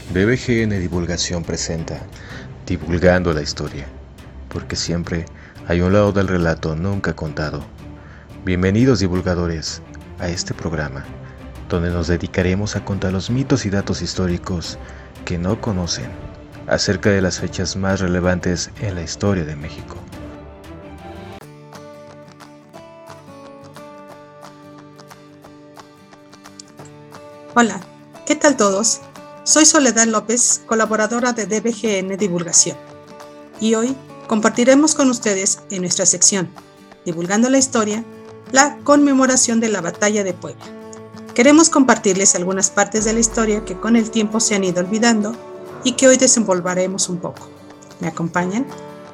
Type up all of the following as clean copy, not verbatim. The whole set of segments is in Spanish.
DBGN Divulgación presenta Divulgando la Historia, porque siempre hay un lado del relato nunca contado. Bienvenidos divulgadores a este programa, donde nos dedicaremos a contar los mitos y datos históricos que no conocen acerca de las fechas más relevantes en la historia de México. Hola, ¿qué tal todos? Soy Soledad López, colaboradora de DBGN Divulgación, y hoy compartiremos con ustedes en nuestra sección Divulgando la Historia, la conmemoración de la Batalla de Puebla. Queremos compartirles algunas partes de la historia que con el tiempo se han ido olvidando y que hoy desenvolveremos un poco. ¿Me acompañan?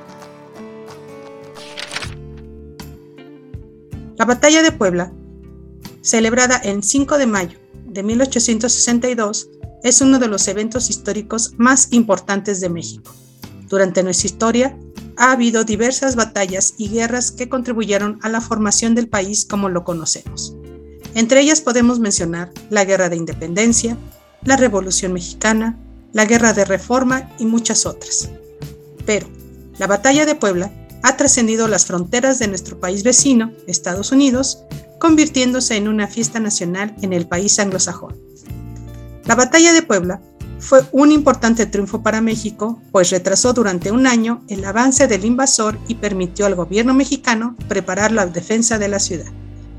La Batalla de Puebla, celebrada el 5 de mayo de 1862, es uno de los eventos históricos más importantes de México. Durante nuestra historia ha habido diversas batallas y guerras que contribuyeron a la formación del país como lo conocemos. Entre ellas podemos mencionar la Guerra de Independencia, la Revolución Mexicana, la Guerra de Reforma y muchas otras. Pero la Batalla de Puebla ha trascendido las fronteras de nuestro país vecino, Estados Unidos, convirtiéndose en una fiesta nacional en el país anglosajón. La Batalla de Puebla fue un importante triunfo para México, pues retrasó durante un año el avance del invasor y permitió al gobierno mexicano preparar la defensa de la ciudad.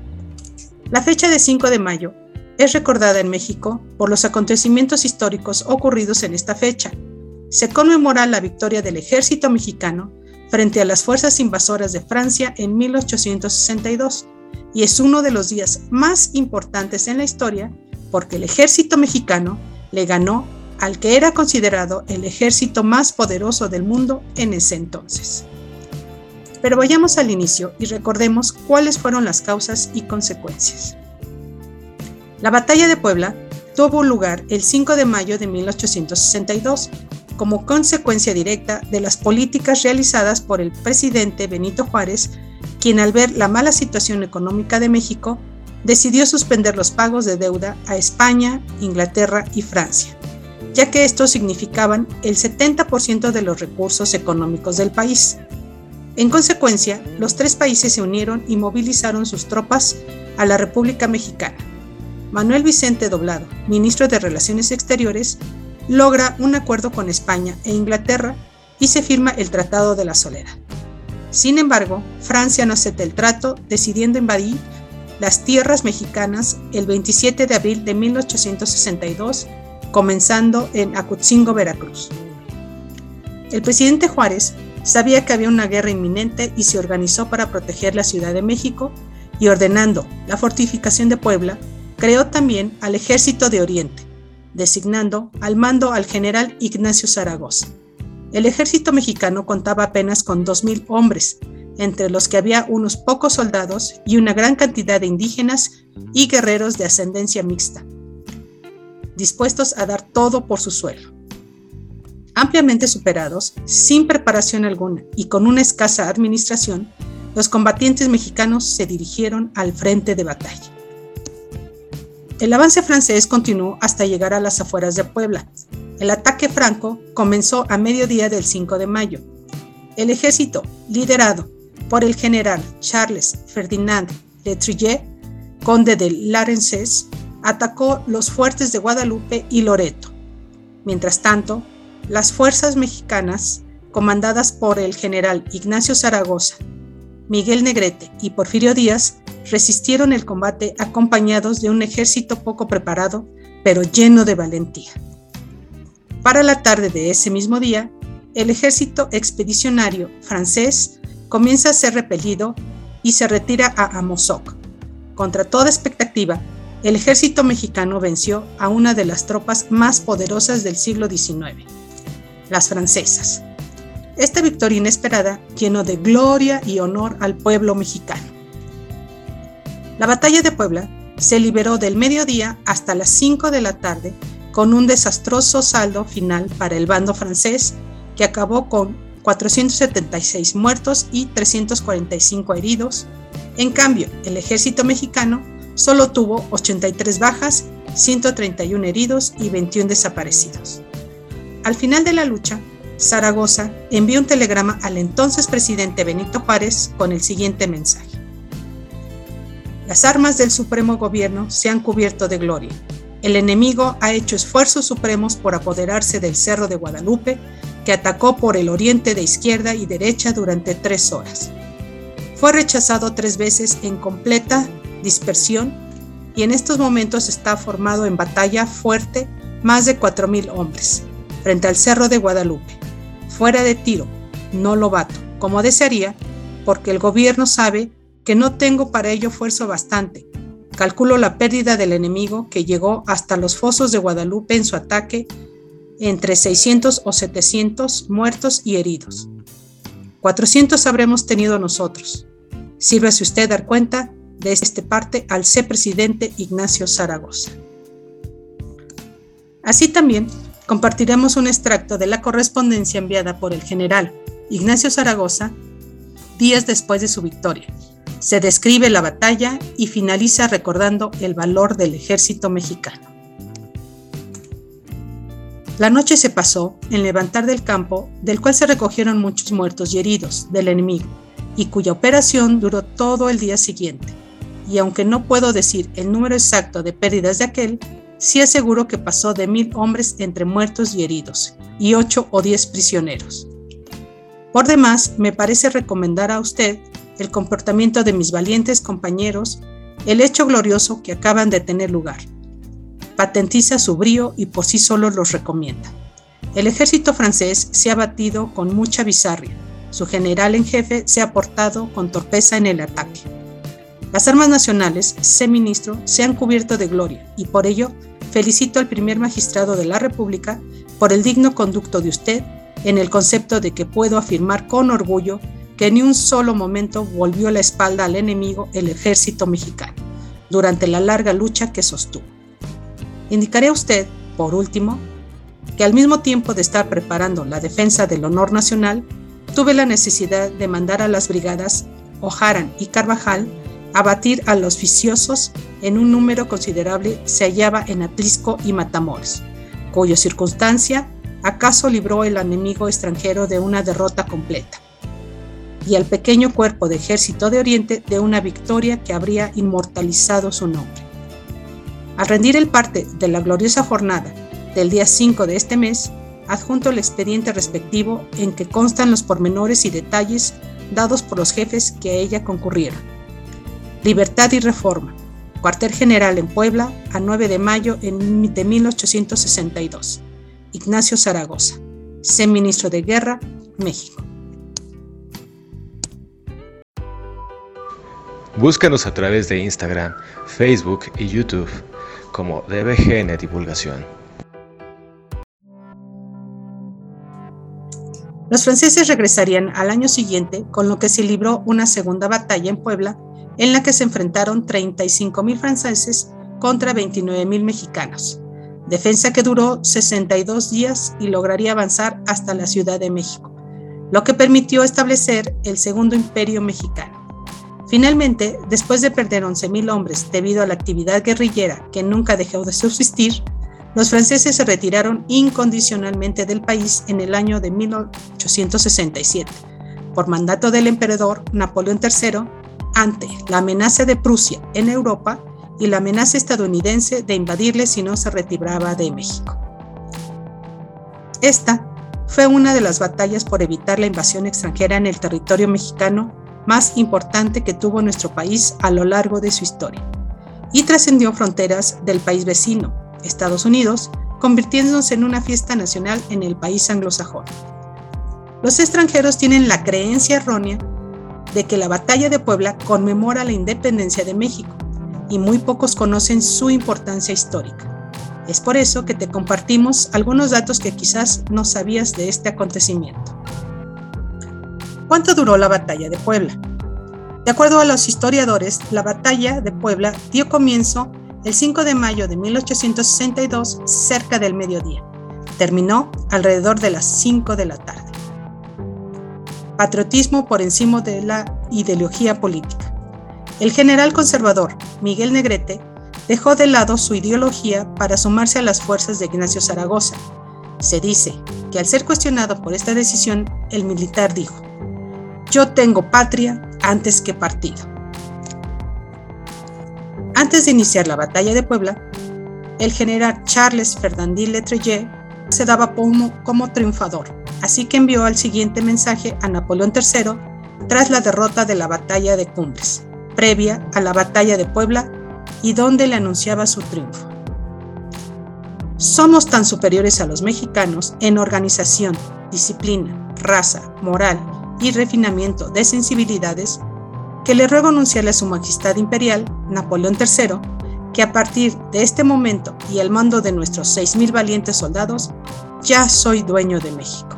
La fecha de 5 de mayo es recordada en México por los acontecimientos históricos ocurridos en esta fecha. Se conmemora la victoria del ejército mexicano frente a las fuerzas invasoras de Francia en 1862, y es uno de los días más importantes en la historia porque el ejército mexicano le ganó al que era considerado el ejército más poderoso del mundo en ese entonces. Pero vayamos al inicio y recordemos cuáles fueron las causas y consecuencias. La Batalla de Puebla tuvo lugar el 5 de mayo de 1862 como consecuencia directa de las políticas realizadas por el presidente Benito Juárez, quien al ver la mala situación económica de México, decidió suspender los pagos de deuda a España, Inglaterra y Francia, ya que estos significaban el 70% de los recursos económicos del país. En consecuencia, los tres países se unieron y movilizaron sus tropas a la República Mexicana. Manuel Vicente Doblado, ministro de Relaciones Exteriores, logra un acuerdo con España e Inglaterra y se firma el Tratado de la Soledad. Sin embargo, Francia no acepta el trato, decidiendo invadir las tierras mexicanas el 27 de abril de 1862, comenzando en Acutzingo, Veracruz. El presidente Juárez sabía que había una guerra inminente y se organizó para proteger la Ciudad de México, y ordenando la fortificación de Puebla, creó también al Ejército de Oriente, designando al mando al general Ignacio Zaragoza. El ejército mexicano contaba apenas con 2,000 hombres, entre los que había unos pocos soldados y una gran cantidad de indígenas y guerreros de ascendencia mixta, dispuestos a dar todo por su suelo. Ampliamente superados, sin preparación alguna y con una escasa administración, los combatientes mexicanos se dirigieron al frente de batalla. El avance francés continuó hasta llegar a las afueras de Puebla. El ataque franco comenzó a mediodía del 5 de mayo. El ejército, liderado por el general Charles Ferdinand Létrier, conde de Larences, atacó los fuertes de Guadalupe y Loreto. Mientras tanto, las fuerzas mexicanas, comandadas por el general Ignacio Zaragoza, Miguel Negrete y Porfirio Díaz, resistieron el combate acompañados de un ejército poco preparado, pero lleno de valentía. Para la tarde de ese mismo día, el ejército expedicionario francés comienza a ser repelido y se retira a Amozoc. Contra toda expectativa, el ejército mexicano venció a una de las tropas más poderosas del siglo XIX, las francesas. Esta victoria inesperada llenó de gloria y honor al pueblo mexicano. La Batalla de Puebla se libró del mediodía hasta las 5 de la tarde con un desastroso saldo final para el bando francés, que acabó con 476 muertos y 345 heridos. En cambio, el ejército mexicano solo tuvo 83 bajas, 131 heridos y 21 desaparecidos. Al final de la lucha, Zaragoza envió un telegrama al entonces presidente Benito Juárez con el siguiente mensaje: las armas del Supremo Gobierno se han cubierto de gloria. El enemigo ha hecho esfuerzos supremos por apoderarse del Cerro de Guadalupe, que atacó por el oriente de izquierda y derecha durante 3 horas. Fue rechazado 3 veces en completa dispersión y en estos momentos está formado en batalla fuerte más de 4,000 hombres frente al Cerro de Guadalupe, fuera de tiro, no lo bato, como desearía, porque el gobierno sabe que no tengo para ello fuerza bastante. Calculo la pérdida del enemigo, que llegó hasta los fosos de Guadalupe en su ataque, entre 600 o 700 muertos y heridos. 400 habremos tenido nosotros. Sírvase usted dar cuenta de esta parte al presidente Ignacio Zaragoza. Así también compartiremos un extracto de la correspondencia enviada por el general Ignacio Zaragoza días después de su victoria. Se describe la batalla y finaliza recordando el valor del ejército mexicano. La noche se pasó en levantar del campo, del cual se recogieron muchos muertos y heridos del enemigo, y cuya operación duró todo el día siguiente. Y aunque no puedo decir el número exacto de pérdidas de aquel, sí aseguro que pasó de 1,000 hombres entre muertos y heridos, y 8 o 10 prisioneros. Por demás, me parece recomendar a usted el comportamiento de mis valientes compañeros, el hecho glorioso que acaban de tener lugar. Patentiza su brío y por sí solo los recomienda. El ejército francés se ha batido con mucha bizarria. Su general en jefe se ha portado con torpeza en el ataque. Las armas nacionales, ministro, se han cubierto de gloria y por ello felicito al primer magistrado de la República por el digno conducto de usted en el concepto de que puedo afirmar con orgullo que ni un solo momento volvió la espalda al enemigo el ejército mexicano durante la larga lucha que sostuvo. Indicaré a usted, por último, que al mismo tiempo de estar preparando la defensa del honor nacional, tuve la necesidad de mandar a las brigadas Ojaran y Carvajal a batir a los viciosos en un número considerable se hallaba en Atlisco y Matamoros, cuya circunstancia acaso libró el enemigo extranjero de una derrota completa, y al pequeño cuerpo de ejército de Oriente de una victoria que habría inmortalizado su nombre. Al rendir el parte de la gloriosa jornada del día 5 de este mes, adjunto el expediente respectivo en que constan los pormenores y detalles dados por los jefes que a ella concurrieron. Libertad y Reforma, cuartel general en Puebla, a 9 de mayo de 1862. Ignacio Zaragoza, ministro de Guerra, México. Búscanos a través de Instagram, Facebook y YouTube como DBGN Divulgación. Los franceses regresarían al año siguiente, con lo que se libró una segunda batalla en Puebla, en la que se enfrentaron 35,000 franceses contra 29,000 mexicanos. Defensa que duró 62 días y lograría avanzar hasta la Ciudad de México, lo que permitió establecer el Segundo Imperio Mexicano. Finalmente, después de perder 11,000 hombres debido a la actividad guerrillera que nunca dejó de subsistir, los franceses se retiraron incondicionalmente del país en el año de 1867, por mandato del emperador Napoleón III, ante la amenaza de Prusia en Europa y la amenaza estadounidense de invadirle si no se retiraba de México. Esta fue una de las batallas por evitar la invasión extranjera en el territorio mexicano más importante que tuvo nuestro país a lo largo de su historia, y trascendió fronteras del país vecino, Estados Unidos, convirtiéndose en una fiesta nacional en el país anglosajón. Los extranjeros tienen la creencia errónea de que la Batalla de Puebla conmemora la independencia de México, y muy pocos conocen su importancia histórica. Es por eso que te compartimos algunos datos que quizás no sabías de este acontecimiento. ¿Cuánto duró la Batalla de Puebla? De acuerdo a los historiadores, la Batalla de Puebla dio comienzo el 5 de mayo de 1862, cerca del mediodía. Terminó alrededor de las 5 de la tarde. Patriotismo por encima de la ideología política. El general conservador Miguel Negrete dejó de lado su ideología para sumarse a las fuerzas de Ignacio Zaragoza, Se dice que al ser cuestionado por esta decisión, el militar dijo: "Yo tengo patria antes que partido". Antes de iniciar la batalla de Puebla, el general Charles Ferdinand Leclerc se daba como triunfador, así que envió el siguiente mensaje a Napoleón III tras la derrota de la batalla de Cumbres, previa a la batalla de Puebla, y donde le anunciaba su triunfo. Somos tan superiores a los mexicanos en organización, disciplina, raza, moral y refinamiento de sensibilidades que le ruego anunciarle a su Majestad Imperial, Napoleón III, que a partir de este momento y al mando de nuestros 6,000 valientes soldados, ya soy dueño de México.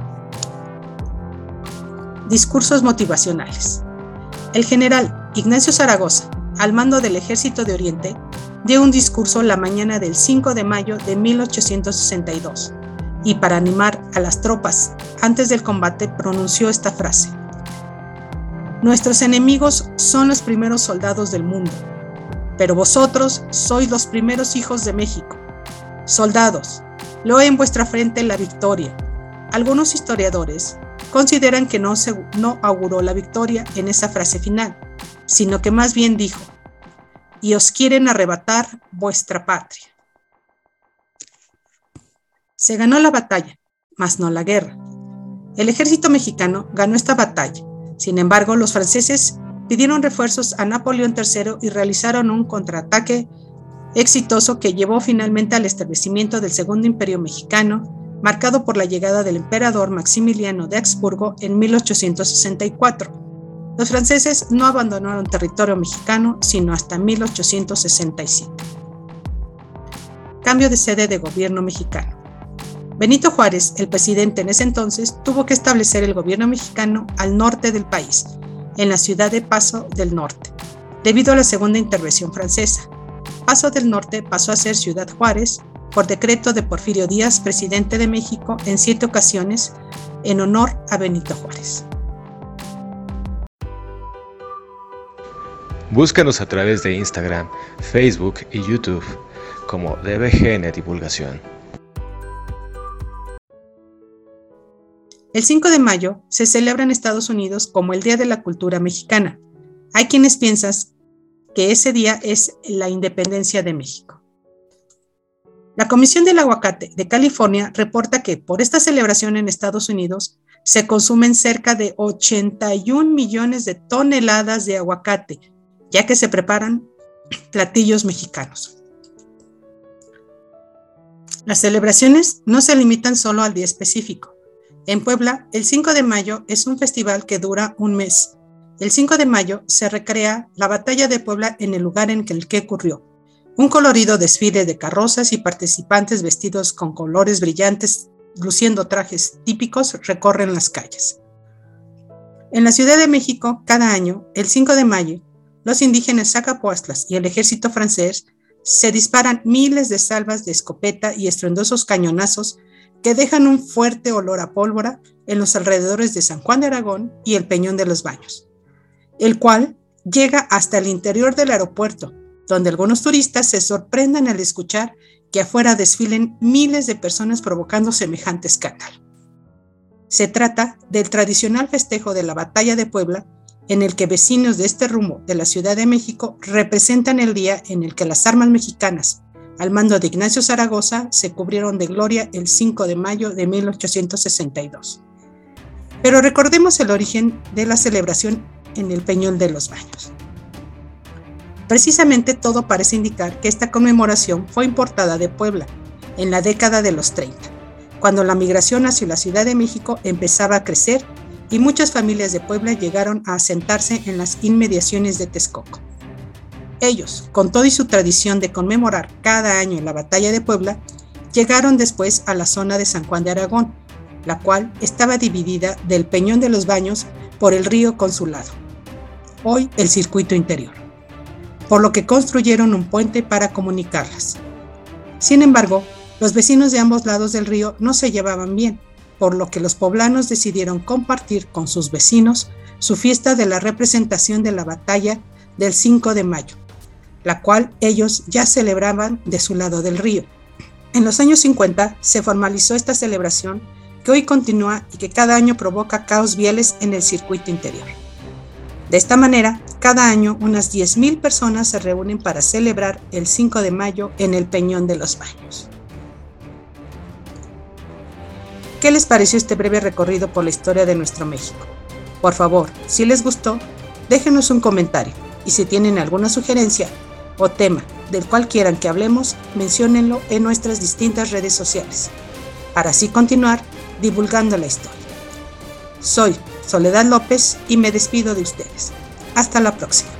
Discursos motivacionales. El general Ignacio Zaragoza, al mando del Ejército de Oriente, dio un discurso la mañana del 5 de mayo de 1862 y para animar a las tropas antes del combate pronunció esta frase: "Nuestros enemigos son los primeros soldados del mundo, pero vosotros sois los primeros hijos de México. Soldados, leo en vuestra frente la victoria". Algunos historiadores consideran que no auguró la victoria en esa frase final, sino que más bien dijo: "Y os quieren arrebatar vuestra patria". Se ganó la batalla, mas no la guerra. El ejército mexicano ganó esta batalla. Sin embargo, los franceses pidieron refuerzos a Napoleón III y realizaron un contraataque exitoso que llevó finalmente al establecimiento del Segundo Imperio Mexicano, marcado por la llegada del emperador Maximiliano de Habsburgo en 1864. Los franceses no abandonaron territorio mexicano sino hasta 1867. Cambio de sede de gobierno mexicano. Benito Juárez, el presidente en ese entonces, tuvo que establecer el gobierno mexicano al norte del país, en la ciudad de Paso del Norte, debido a la segunda intervención francesa. Paso del Norte pasó a ser Ciudad Juárez por decreto de Porfirio Díaz, presidente de México, en 7 ocasiones, en honor a Benito Juárez. Búscanos a través de Instagram, Facebook y YouTube como DBGN Divulgación. El 5 de mayo se celebra en Estados Unidos como el Día de la Cultura Mexicana. Hay quienes piensan que ese día es la independencia de México. La Comisión del Aguacate de California reporta que por esta celebración en Estados Unidos se consumen cerca de 81 millones de toneladas de aguacate, ya que se preparan platillos mexicanos. Las celebraciones no se limitan solo al día específico. En Puebla, el 5 de mayo es un festival que dura un mes. El 5 de mayo se recrea la batalla de Puebla en el lugar en el que ocurrió. Un colorido desfile de carrozas y participantes vestidos con colores brillantes, luciendo trajes típicos, recorren las calles. En la Ciudad de México, cada año, el 5 de mayo, los indígenas Zacapuastlas y el ejército francés se disparan miles de salvas de escopeta y estruendosos cañonazos que dejan un fuerte olor a pólvora en los alrededores de San Juan de Aragón y el Peñón de los Baños, el cual llega hasta el interior del aeropuerto, donde algunos turistas se sorprenden al escuchar que afuera desfilen miles de personas provocando semejante escándalo. Se trata del tradicional festejo de la Batalla de Puebla, en el que vecinos de este rumbo de la Ciudad de México representan el día en el que las armas mexicanas, al mando de Ignacio Zaragoza, se cubrieron de gloria el 5 de mayo de 1862. Pero recordemos el origen de la celebración en el Peñón de los Baños. Precisamente todo parece indicar que esta conmemoración fue importada de Puebla en la década de los 30, cuando la migración hacia la Ciudad de México empezaba a crecer y muchas familias de Puebla llegaron a asentarse en las inmediaciones de Texcoco. Ellos, con toda su tradición de conmemorar cada año la Batalla de Puebla, llegaron después a la zona de San Juan de Aragón, la cual estaba dividida del Peñón de los Baños por el río Consulado, hoy el circuito interior, por lo que construyeron un puente para comunicarlas. Sin embargo, los vecinos de ambos lados del río no se llevaban bien, por lo que los poblanos decidieron compartir con sus vecinos su fiesta de la representación de la batalla del 5 de mayo, la cual ellos ya celebraban de su lado del río. En los años 50 se formalizó esta celebración que hoy continúa y que cada año provoca caos viales en el circuito interior. De esta manera, cada año unas 10,000 personas se reúnen para celebrar el 5 de mayo en el Peñón de los Baños. ¿Qué les pareció este breve recorrido por la historia de nuestro México? Por favor, si les gustó, déjenos un comentario y si tienen alguna sugerencia o tema del cual quieran que hablemos, menciónenlo en nuestras distintas redes sociales, para así continuar divulgando la historia. Soy Soledad López y me despido de ustedes. Hasta la próxima.